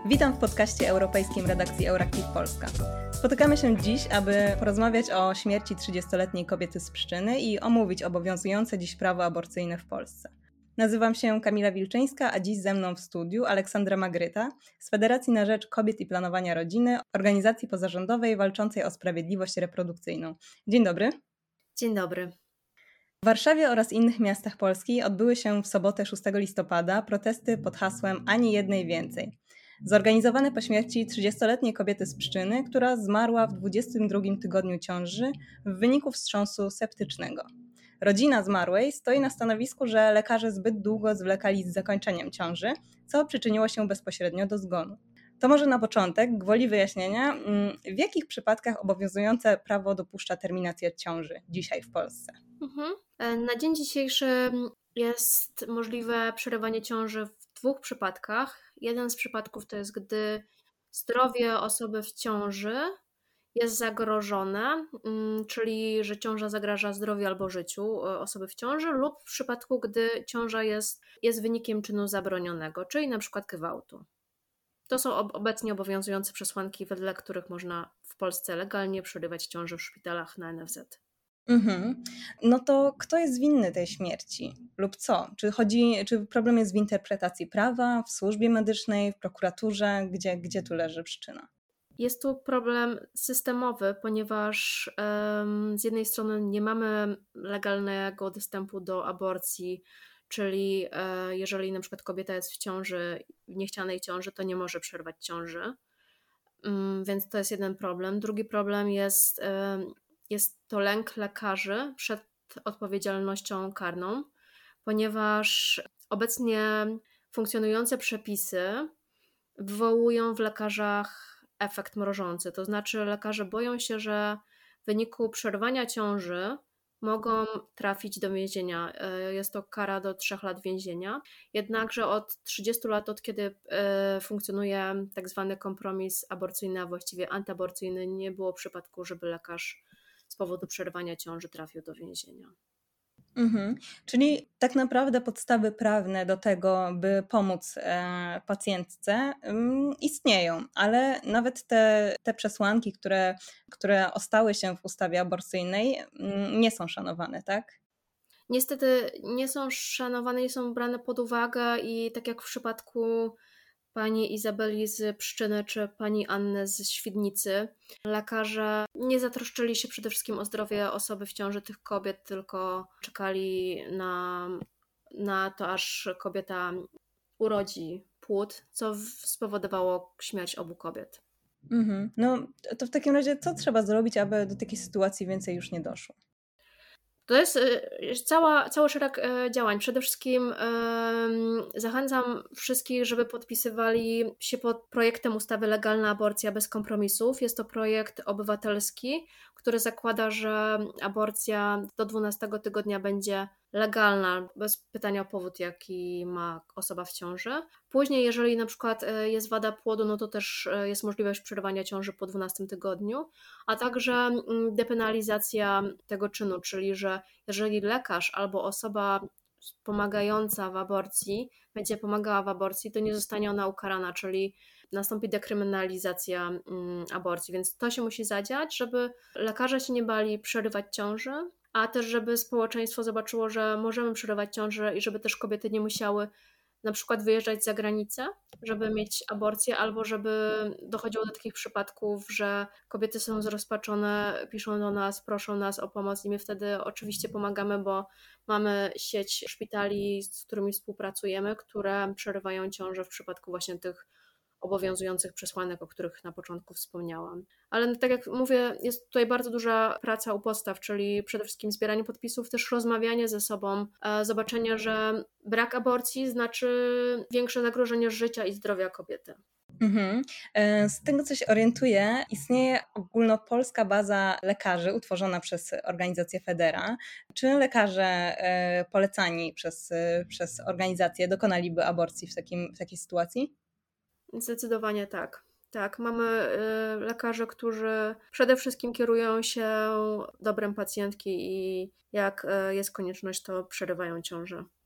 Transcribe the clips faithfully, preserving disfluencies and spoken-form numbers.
Witam w podcaście europejskim redakcji Euractiv Polska. Spotykamy się dziś, aby porozmawiać o śmierci trzydziestoletniej kobiety z Pszczyny i omówić obowiązujące dziś prawo aborcyjne w Polsce. Nazywam się Kamila Wilczyńska, a dziś ze mną w studiu Aleksandra Magryta z Federacji na Rzecz Kobiet i Planowania Rodziny, organizacji pozarządowej walczącej o sprawiedliwość reprodukcyjną. Dzień dobry. Dzień dobry. W Warszawie oraz innych miastach Polski odbyły się w sobotę szóstego listopada protesty pod hasłem Ani jednej więcej. Zorganizowane po śmierci trzydziestoletniej kobiety z Pszczyny, która zmarła w dwudziestym drugim tygodniu ciąży w wyniku wstrząsu septycznego. Rodzina zmarłej stoi na stanowisku, że lekarze zbyt długo zwlekali z zakończeniem ciąży, co przyczyniło się bezpośrednio do zgonu. To może na początek, gwoli wyjaśnienia, w jakich przypadkach obowiązujące prawo dopuszcza terminację ciąży dzisiaj w Polsce? Mhm. Na dzień dzisiejszy jest możliwe przerywanie ciąży w dwóch przypadkach. Jeden z przypadków to jest, gdy zdrowie osoby w ciąży jest zagrożone, czyli że ciąża zagraża zdrowiu albo życiu osoby w ciąży, lub w przypadku, gdy ciąża jest, jest wynikiem czynu zabronionego, czyli na przykład gwałtu. To są obecnie obowiązujące przesłanki, wedle których można w Polsce legalnie przerywać ciążę w szpitalach na N F Z. Mhm. No to kto jest winny tej śmierci lub co? Czy chodzi, czy problem jest w interpretacji prawa, w służbie medycznej, w prokuraturze? Gdzie, gdzie tu leży przyczyna? Jest tu problem systemowy, ponieważ um, z jednej strony nie mamy legalnego dostępu do aborcji, czyli e, jeżeli na przykład kobieta jest w ciąży, w niechcianej ciąży, to nie może przerwać ciąży, um, więc to jest jeden problem. Drugi problem jest, um, jest to lęk lekarzy przed odpowiedzialnością karną, ponieważ obecnie funkcjonujące przepisy wywołują w lekarzach efekt mrożący, to znaczy lekarze boją się, że w wyniku przerwania ciąży mogą trafić do więzienia. Jest to kara do trzech lat więzienia. Jednakże od trzydziestu lat, od kiedy funkcjonuje tak zwany kompromis aborcyjny, a właściwie antyaborcyjny, nie było przypadku, żeby lekarz z powodu przerwania ciąży trafił do więzienia. Mhm. Czyli tak naprawdę podstawy prawne do tego, by pomóc e, pacjentce, um, istnieją, ale nawet te, te przesłanki, które, które ostały się w ustawie aborcyjnej, um, nie są szanowane, tak? Niestety nie są szanowane, nie są brane pod uwagę i tak jak w przypadku pani Izabeli z Pszczyny czy pani Anny z Świdnicy, lekarze nie zatroszczyli się przede wszystkim o zdrowie osoby w ciąży, tych kobiet, tylko czekali na, na to, aż kobieta urodzi płód, co spowodowało śmierć obu kobiet. Mhm. No to w takim razie co trzeba zrobić, aby do takiej sytuacji więcej już nie doszło? To jest cała, cały szereg działań. Przede wszystkim um, zachęcam wszystkich, żeby podpisywali się pod projektem ustawy Legalna aborcja bez kompromisów. Jest to projekt obywatelski, który zakłada, że aborcja do dwunastego tygodnia będzie legalna, bez pytania o powód, jaki ma osoba w ciąży. Później, jeżeli na przykład jest wada płodu, no to też jest możliwość przerywania ciąży po dwunastym tygodniu, a także depenalizacja tego czynu, czyli że jeżeli lekarz albo osoba pomagająca w aborcji będzie pomagała w aborcji, to nie zostanie ona ukarana, czyli nastąpi dekryminalizacja aborcji, więc to się musi zadziać, żeby lekarze się nie bali przerywać ciąży, a też żeby społeczeństwo zobaczyło, że możemy przerywać ciążę i żeby też kobiety nie musiały na przykład wyjeżdżać za granicę, żeby mieć aborcję, albo żeby dochodziło do takich przypadków, że kobiety są zrozpaczone, piszą do nas, proszą nas o pomoc i my wtedy oczywiście pomagamy, bo mamy sieć szpitali, z którymi współpracujemy, które przerywają ciążę w przypadku właśnie tych obowiązujących przesłanek, o których na początku wspomniałam. Ale tak jak mówię, jest tutaj bardzo duża praca u podstaw, czyli przede wszystkim zbieranie podpisów, też rozmawianie ze sobą, zobaczenie, że brak aborcji znaczy większe zagrożenie życia i zdrowia kobiety. Mhm. Z tego, co się orientuję, istnieje ogólnopolska baza lekarzy utworzona przez organizację Federa. Czy lekarze polecani przez, przez organizację dokonaliby aborcji w, takim, w takiej sytuacji? Zdecydowanie tak. Tak, mamy lekarzy, którzy przede wszystkim kierują się dobrem pacjentki i jak jest konieczność, to przerywają ciążę.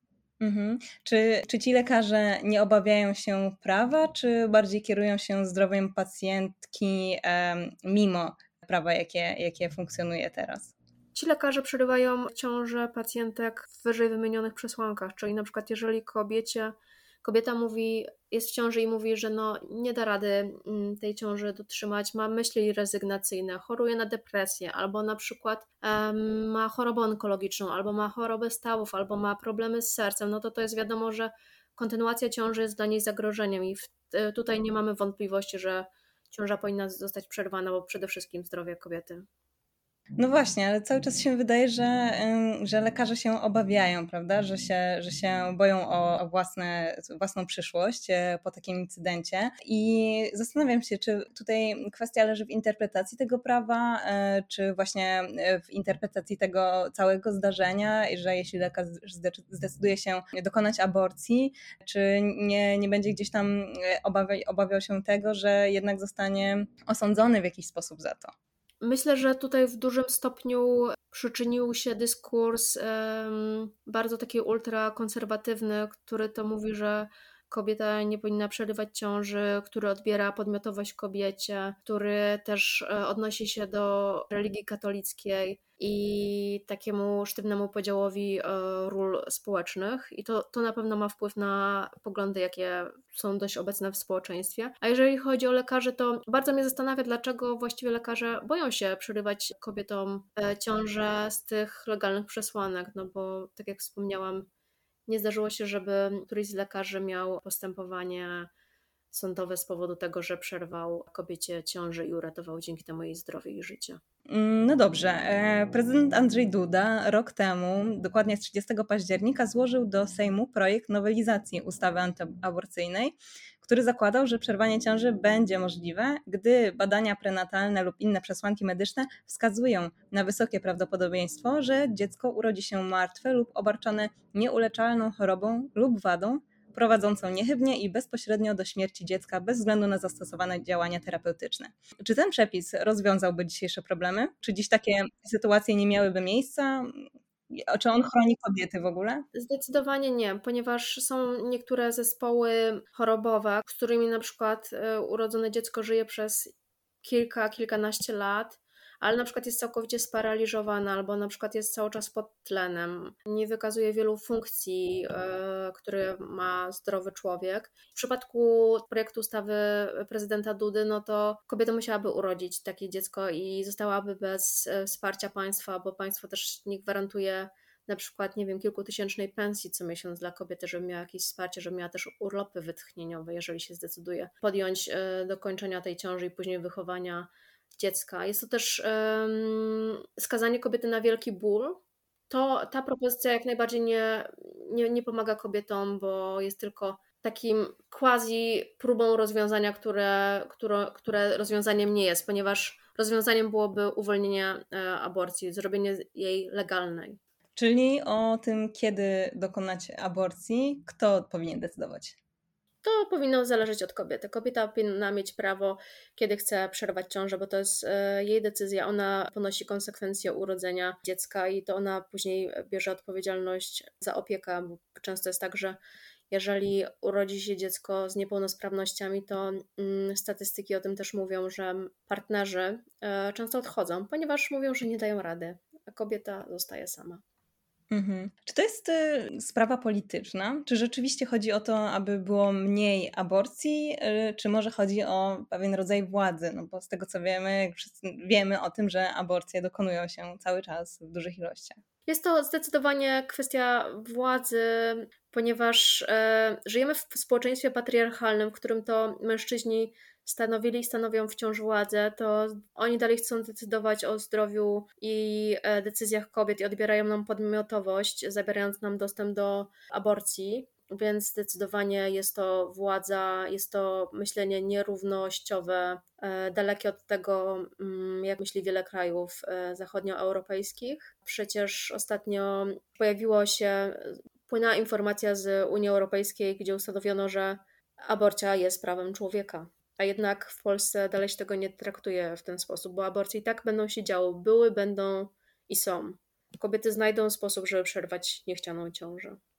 Mhm. Czy, czy ci lekarze nie obawiają się prawa, czy bardziej kierują się zdrowiem pacjentki em, mimo prawa, jakie, jakie funkcjonuje teraz? Ci lekarze przerywają ciążę pacjentek w wyżej wymienionych przesłankach, czyli na przykład jeżeli kobiecie, kobieta mówi, jest w ciąży i mówi, że no nie da rady mm, tej ciąży dotrzymać, ma myśli rezygnacyjne, choruje na depresję, albo na przykład em, ma chorobę onkologiczną, albo ma chorobę stawów, albo ma problemy z sercem, no to to jest wiadomo, że kontynuacja ciąży jest dla niej zagrożeniem i w, tutaj nie mamy wątpliwości, że ciąża powinna zostać przerwana, bo przede wszystkim zdrowie kobiety. No właśnie, ale cały czas się wydaje, że, ym, że lekarze się obawiają, prawda? Że się, że się boją o, o własne, własną przyszłość e, po takim incydencie. I zastanawiam się, czy tutaj kwestia leży w interpretacji tego prawa, e, czy właśnie e, w interpretacji tego całego zdarzenia, i że jeśli lekarz zde- zdecyduje się dokonać aborcji, czy nie, nie będzie gdzieś tam e, obawiał, obawiał się tego, że jednak zostanie osądzony w jakiś sposób za to. Myślę, że tutaj w dużym stopniu przyczynił się dyskurs em, bardzo taki ultrakonserwatywny, który to mówi, że kobieta nie powinna przerywać ciąży, który odbiera podmiotowość kobiecie, który też e, odnosi się do religii katolickiej i takiemu sztywnemu podziałowi e, ról społecznych. I to, to na pewno ma wpływ na poglądy, jakie są dość obecne w społeczeństwie. A jeżeli chodzi o lekarzy, to bardzo mnie zastanawia, dlaczego właściwie lekarze boją się przerywać kobietom e, ciążę z tych legalnych przesłanek, no bo tak jak wspomniałam, nie zdarzyło się, żeby któryś z lekarzy miał postępowanie sądowe z powodu tego, że przerwał kobiecie ciążę i uratował dzięki temu jej zdrowie i życie. Mm, No dobrze. E, Prezydent Andrzej Duda rok temu, dokładnie trzydziestego października, złożył do Sejmu projekt nowelizacji ustawy antyaborcyjnej, który zakładał, że przerwanie ciąży będzie możliwe, gdy badania prenatalne lub inne przesłanki medyczne wskazują na wysokie prawdopodobieństwo, że dziecko urodzi się martwe lub obarczone nieuleczalną chorobą lub wadą, prowadzącą niechybnie i bezpośrednio do śmierci dziecka bez względu na zastosowane działania terapeutyczne. Czy ten przepis rozwiązałby dzisiejsze problemy? Czy dziś takie sytuacje nie miałyby miejsca? Czy on chroni kobiety w ogóle? Zdecydowanie nie, ponieważ są niektóre zespoły chorobowe, z którymi na przykład e, urodzone dziecko żyje przez kilka, kilkanaście lat, ale na przykład jest całkowicie sparaliżowane albo na przykład jest cały czas pod tlenem, nie wykazuje wielu funkcji, e, które ma zdrowy człowiek. W przypadku projektu ustawy prezydenta Dudy, no to kobieta musiałaby urodzić takie dziecko i zostałaby bez e, wsparcia państwa, bo państwo też nie gwarantuje na przykład, nie wiem, kilkutysięcznej pensji co miesiąc dla kobiety, żeby miała jakieś wsparcie, żeby miała też urlopy wytchnieniowe, jeżeli się zdecyduje podjąć e, dokończenia tej ciąży i później wychowania dziecka. Jest to też um, skazanie kobiety na wielki ból. To ta propozycja jak najbardziej nie, nie, nie pomaga kobietom, bo jest tylko takim quasi próbą rozwiązania, które, które, które rozwiązaniem nie jest, ponieważ rozwiązaniem byłoby uwolnienie e, aborcji, zrobienie jej legalnej. Czyli o tym, kiedy dokonać aborcji, kto powinien decydować? To powinno zależeć od kobiety. Kobieta powinna mieć prawo, kiedy chce przerwać ciążę, bo to jest e, jej decyzja. Ona ponosi konsekwencje urodzenia dziecka i to ona później bierze odpowiedzialność za opiekę, bo często jest tak, że jeżeli urodzi się dziecko z niepełnosprawnościami, to mm, statystyki o tym też mówią, że partnerzy e, często odchodzą, ponieważ mówią, że nie dają rady, a kobieta zostaje sama. Mhm. Czy to jest y, sprawa polityczna? Czy rzeczywiście chodzi o to, aby było mniej aborcji, y, czy może chodzi o pewien rodzaj władzy? No bo z tego co wiemy, wszyscy wiemy o tym, że aborcje dokonują się cały czas w dużych ilościach. Jest to zdecydowanie kwestia władzy, ponieważ e, żyjemy w społeczeństwie patriarchalnym, w którym to mężczyźni stanowili i stanowią wciąż władzę, to oni dalej chcą decydować o zdrowiu i e, decyzjach kobiet i odbierają nam podmiotowość, zabierając nam dostęp do aborcji. Więc zdecydowanie jest to władza, jest to myślenie nierównościowe, e, dalekie od tego, mm, jak myśli wiele krajów e, zachodnioeuropejskich. Przecież ostatnio pojawiło się, płynęła informacja z Unii Europejskiej, gdzie ustanowiono, że aborcja jest prawem człowieka. A jednak w Polsce dalej się tego nie traktuje w ten sposób, bo aborcje i tak będą się działy, były, będą i są. Kobiety znajdą sposób, żeby przerwać niechcianą ciążę.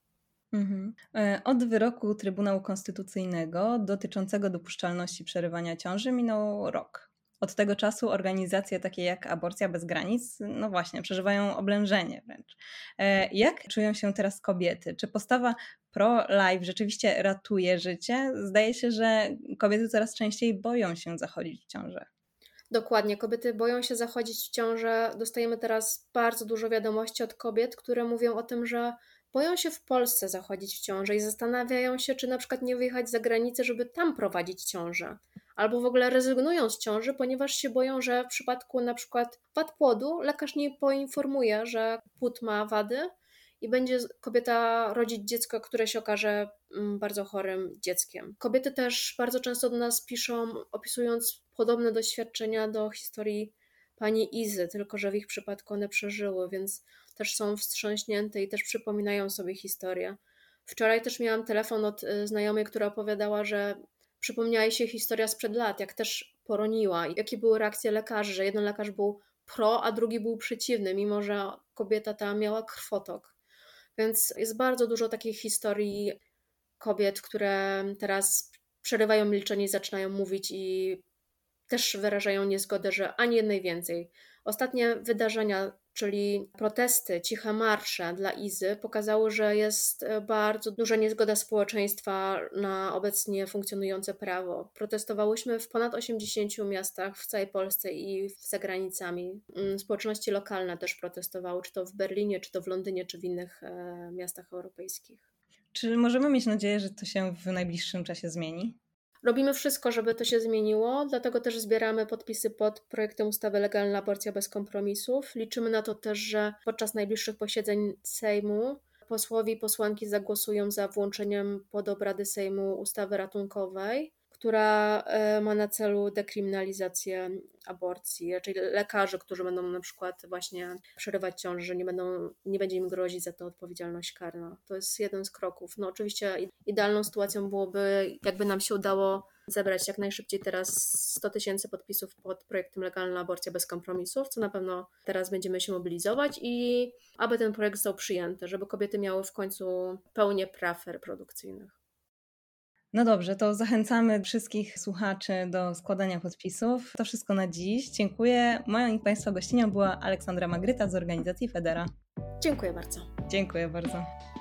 Mhm. E, Od wyroku Trybunału Konstytucyjnego dotyczącego dopuszczalności przerywania ciąży minął rok. Od tego czasu organizacje takie jak Aborcja Bez Granic, no właśnie, przeżywają oblężenie wręcz. E, Jak czują się teraz kobiety? Czy postawa pro-life rzeczywiście ratuje życie? Zdaje się, że kobiety coraz częściej boją się zachodzić w ciążę. Dokładnie, kobiety boją się zachodzić w ciążę. Dostajemy teraz bardzo dużo wiadomości od kobiet, które mówią o tym, że boją się w Polsce zachodzić w ciążę i zastanawiają się, czy na przykład nie wyjechać za granicę, żeby tam prowadzić ciążę. Albo w ogóle rezygnują z ciąży, ponieważ się boją, że w przypadku na przykład wad płodu lekarz nie poinformuje, że płód ma wady i będzie kobieta rodzić dziecko, które się okaże bardzo chorym dzieckiem. Kobiety też bardzo często do nas piszą, opisując podobne doświadczenia do historii pani Izy, tylko że w ich przypadku one przeżyły, więc też są wstrząśnięte i też przypominają sobie historię. Wczoraj też miałam telefon od znajomej, która opowiadała, że przypomniała jej się historia sprzed lat, jak też poroniła i jakie były reakcje lekarzy, że jeden lekarz był pro, a drugi był przeciwny, mimo że kobieta ta miała krwotok. Więc jest bardzo dużo takich historii kobiet, które teraz przerywają milczenie i zaczynają mówić i też wyrażają niezgodę, że ani jednej więcej. Ostatnie wydarzenia, czyli protesty, ciche marsze dla Izy pokazały, że jest bardzo duża niezgoda społeczeństwa na obecnie funkcjonujące prawo. Protestowałyśmy w ponad osiemdziesięciu miastach w całej Polsce i za granicami. Społeczności lokalne też protestowały, czy to w Berlinie, czy to w Londynie, czy w innych miastach europejskich. Czy możemy mieć nadzieję, że to się w najbliższym czasie zmieni? Robimy wszystko, żeby to się zmieniło, dlatego też zbieramy podpisy pod projektem ustawy Legalna Aborcja Bez Kompromisów. Liczymy na to też, że podczas najbliższych posiedzeń Sejmu posłowie i posłanki zagłosują za włączeniem pod obrady Sejmu ustawy ratunkowej, która ma na celu dekryminalizację aborcji, czyli lekarzy, którzy będą na przykład właśnie przerywać ciążę, że nie, będą, nie będzie im grozić za to odpowiedzialność karna. To jest jeden z kroków. No oczywiście idealną sytuacją byłoby, jakby nam się udało zebrać jak najszybciej teraz sto tysięcy podpisów pod projektem Legalna Aborcja Bez Kompromisów, co na pewno teraz będziemy się mobilizować i aby ten projekt został przyjęty, żeby kobiety miały w końcu pełnię praw reprodukcyjnych. No dobrze, to zachęcamy wszystkich słuchaczy do składania podpisów. To wszystko na dziś. Dziękuję. Moją i Państwa gościnią była Aleksandra Magryta z organizacji Federa. Dziękuję bardzo. Dziękuję bardzo.